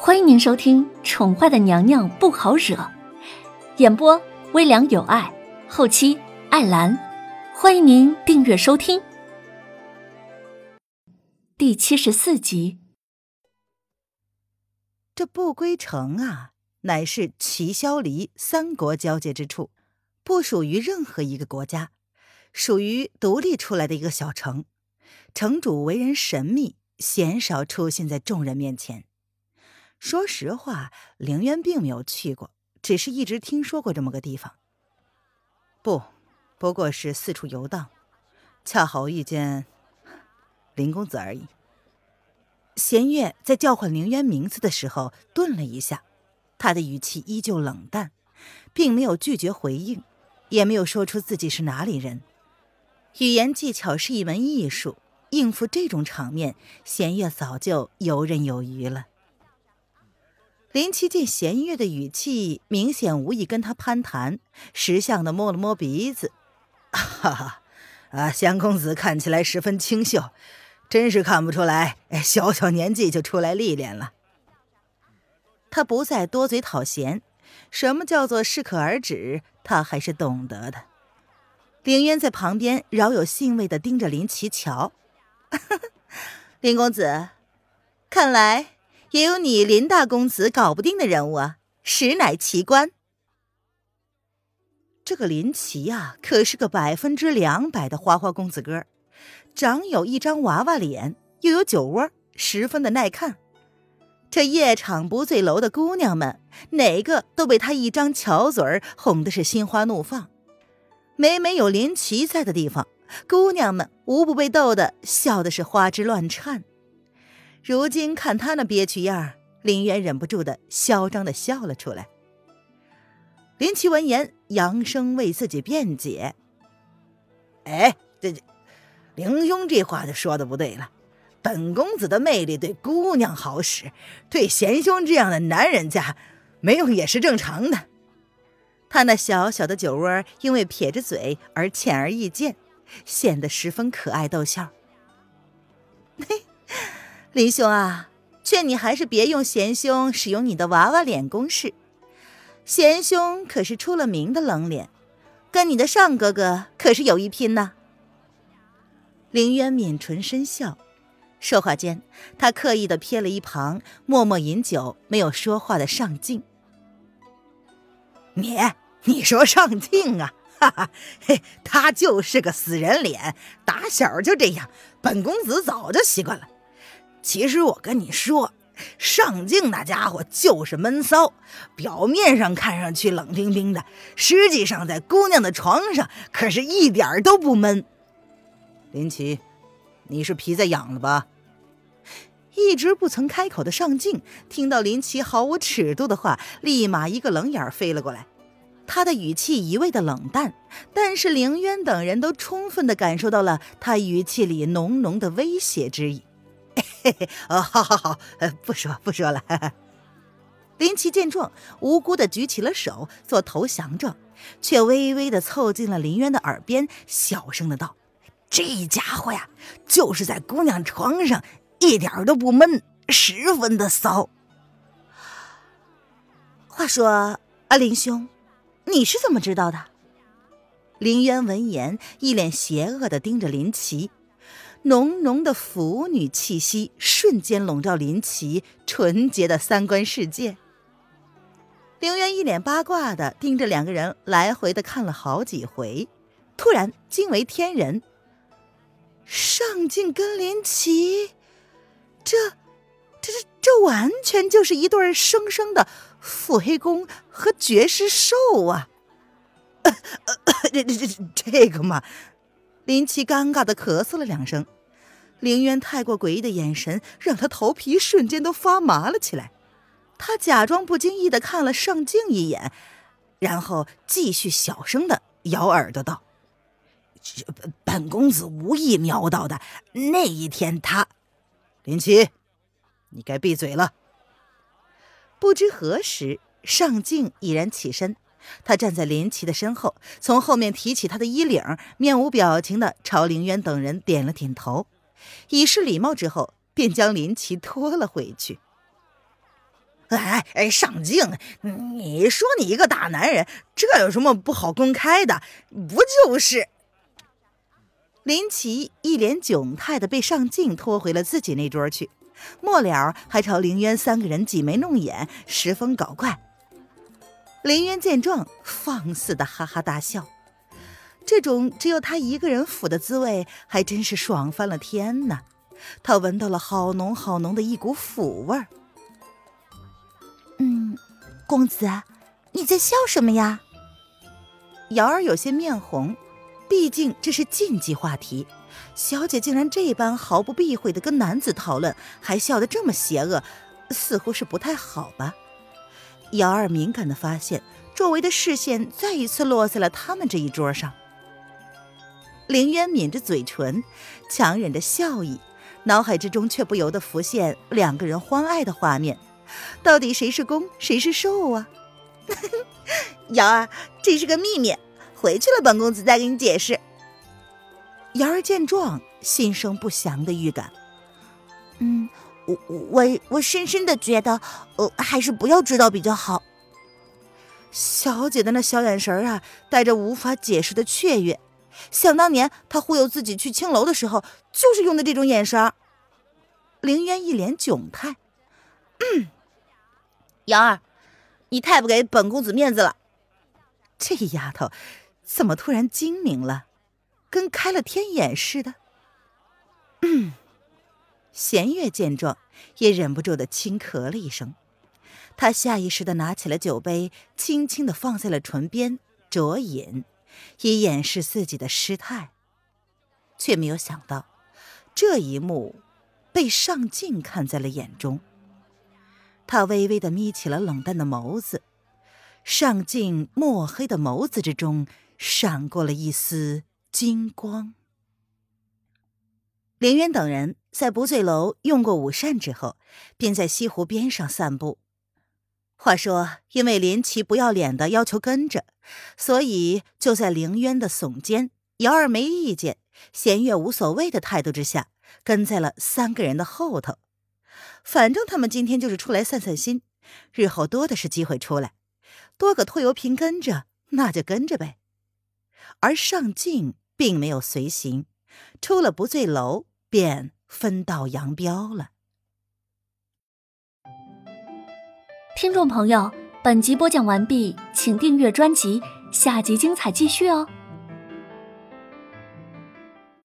欢迎您收听《宠坏的娘娘不好惹》，演播微凉有爱，后期艾兰。欢迎您订阅收听。第74集。 这不归城啊，乃是齐萧黎三国交界之处，不属于任何一个国家，属于独立出来的一个小城。城主为人神秘，鲜少出现在众人面前。说实话，凌渊并没有去过，只是一直听说过这么个地方。不过是四处游荡，恰好遇见林公子而已。弦月在叫唤凌渊名字的时候顿了一下，他的语气依旧冷淡，并没有拒绝回应，也没有说出自己是哪里人。语言技巧是一门艺术，应付这种场面，弦月早就游刃有余了。林奇见弦月的语气明显无意跟他攀谈，识相的摸了摸鼻子，哈哈，弦公子看起来十分清秀，真是看不出来，小年纪就出来历练了。他不再多嘴讨嫌，什么叫做适可而止，他还是懂得的。凌渊在旁边饶有兴味地盯着林奇瞧，林公子，看来也有你林大公子搞不定的人物啊，实乃奇观。这个林奇啊，可是个200%的花花公子哥，长有一张娃娃脸，又有酒窝，十分的耐看。这夜场不醉楼的姑娘们，哪个都被他一张巧嘴哄的是心花怒放。每有林奇在的地方，姑娘们无不被逗得笑的是花枝乱颤。如今看他那憋屈样，林渊忍不住的嚣张的笑了出来。林奇闻言扬声为自己辩解，这凌兄这话就说的不对了，本公子的魅力对姑娘好使，对贤兄这样的男人家没用也是正常的。他那小小的酒窝因为撇着嘴而浅而易见，显得十分可爱逗笑。林兄啊，劝你还是别用贤兄使用你的娃娃脸攻势。贤兄可是出了名的冷脸，跟你的上哥哥可是有一拼呢。凌渊抿唇深笑，说话间他刻意地瞥了一旁默默饮酒没有说话的上镜。你说上镜啊，哈哈，他就是个死人脸，打小就这样，本公子早就习惯了。其实我跟你说，上镜那家伙就是闷骚，表面上看上去冷冰冰的，实际上在姑娘的床上可是一点都不闷。林奇，你是皮在痒了吧？一直不曾开口的上镜听到林奇毫无尺度的话，立马一个冷眼飞了过来。他的语气一味的冷淡，但是凌渊等人都充分地感受到了他语气里浓浓的威胁之意。好，不说了。林奇见状，无辜地举起了手做投降状，却微微地凑近了林渊的耳边，小声的道：这家伙呀，就是在姑娘床上一点都不闷，十分的骚。话说林兄，你是怎么知道的？凌渊闻言一脸邪恶地盯着林奇，浓浓的腐女气息瞬间笼罩林奇纯洁的三观世界。凌渊一脸八卦地盯着两个人来回地看了好几回，突然惊为天人，上镜跟林奇，这完全就是一对生生的腹黑公和绝世兽啊！这个嘛，林奇尴尬的咳嗽了两声。凌渊太过诡异的眼神让他头皮瞬间都发麻了起来。他假装不经意的看了上镜一眼，然后继续小声的咬耳朵道：本公子无意瞄到的，那一天他……林奇，你该闭嘴了。不知何时，上镜已然起身，他站在林奇的身后，从后面提起他的衣领，面无表情地朝凌渊等人点了点头，以示礼貌之后，便将林奇拖了回去。 哎，上镜！你说你一个大男人，这有什么不好公开的？不就是……林奇一脸窘态的被上镜拖回了自己那桌去，末了还朝凌渊3个人挤眉弄眼，十分搞怪。凌渊见状，放肆的哈哈大笑，这种只有他一个人抚的滋味，还真是爽翻了天呐！他闻到了好浓好浓的一股腐味儿。 公子，你在笑什么呀？ 瑶儿有些面红，毕竟这是禁忌话题，小姐竟然这般毫不避讳地跟男子讨论，还笑得这么邪恶，似乎是不太好吧。瑶儿敏感地发现，周围的视线再一次落在了他们这一桌上。凌渊抿着嘴唇，强忍着笑意，脑海之中却不由得浮现2个人欢爱的画面。到底谁是攻，谁是受啊？瑶儿，这是个秘密，回去了本公子再给你解释。瑶儿见状，心生不祥的预感。 我深深的觉得，还是不要知道比较好。 小姐的那小眼神啊，带着无法解释的雀跃。想当年她忽悠自己去青楼的时候，就是用的这种眼神。凌渊一脸窘态。瑶儿，你太不给本公子面子了。这丫头怎么突然精明了，跟开了天眼似的。弦月见状，也忍不住的轻咳了一声。他下意识的拿起了酒杯，轻轻的放在了唇边酌饮，以掩饰自己的失态。却没有想到，这一幕被上镜看在了眼中。他微微地眯起了冷淡的眸子，上镜墨黑的眸子之中闪过了一丝金光。凌渊等人在不醉楼用过午膳之后，便在西湖边上散步。话说，因为林奇不要脸的要求跟着，所以就在凌渊的耸肩、瑶儿没意见、弦月无所谓的态度之下，跟在了3个人的后头。反正他们今天就是出来散散心，日后多的是机会出来，多个拖油瓶跟着，那就跟着呗。而上镜并没有随行，出了不醉楼便分道扬镳了。 听众朋友，本集播讲完毕，请订阅专辑，下集精彩继续哦。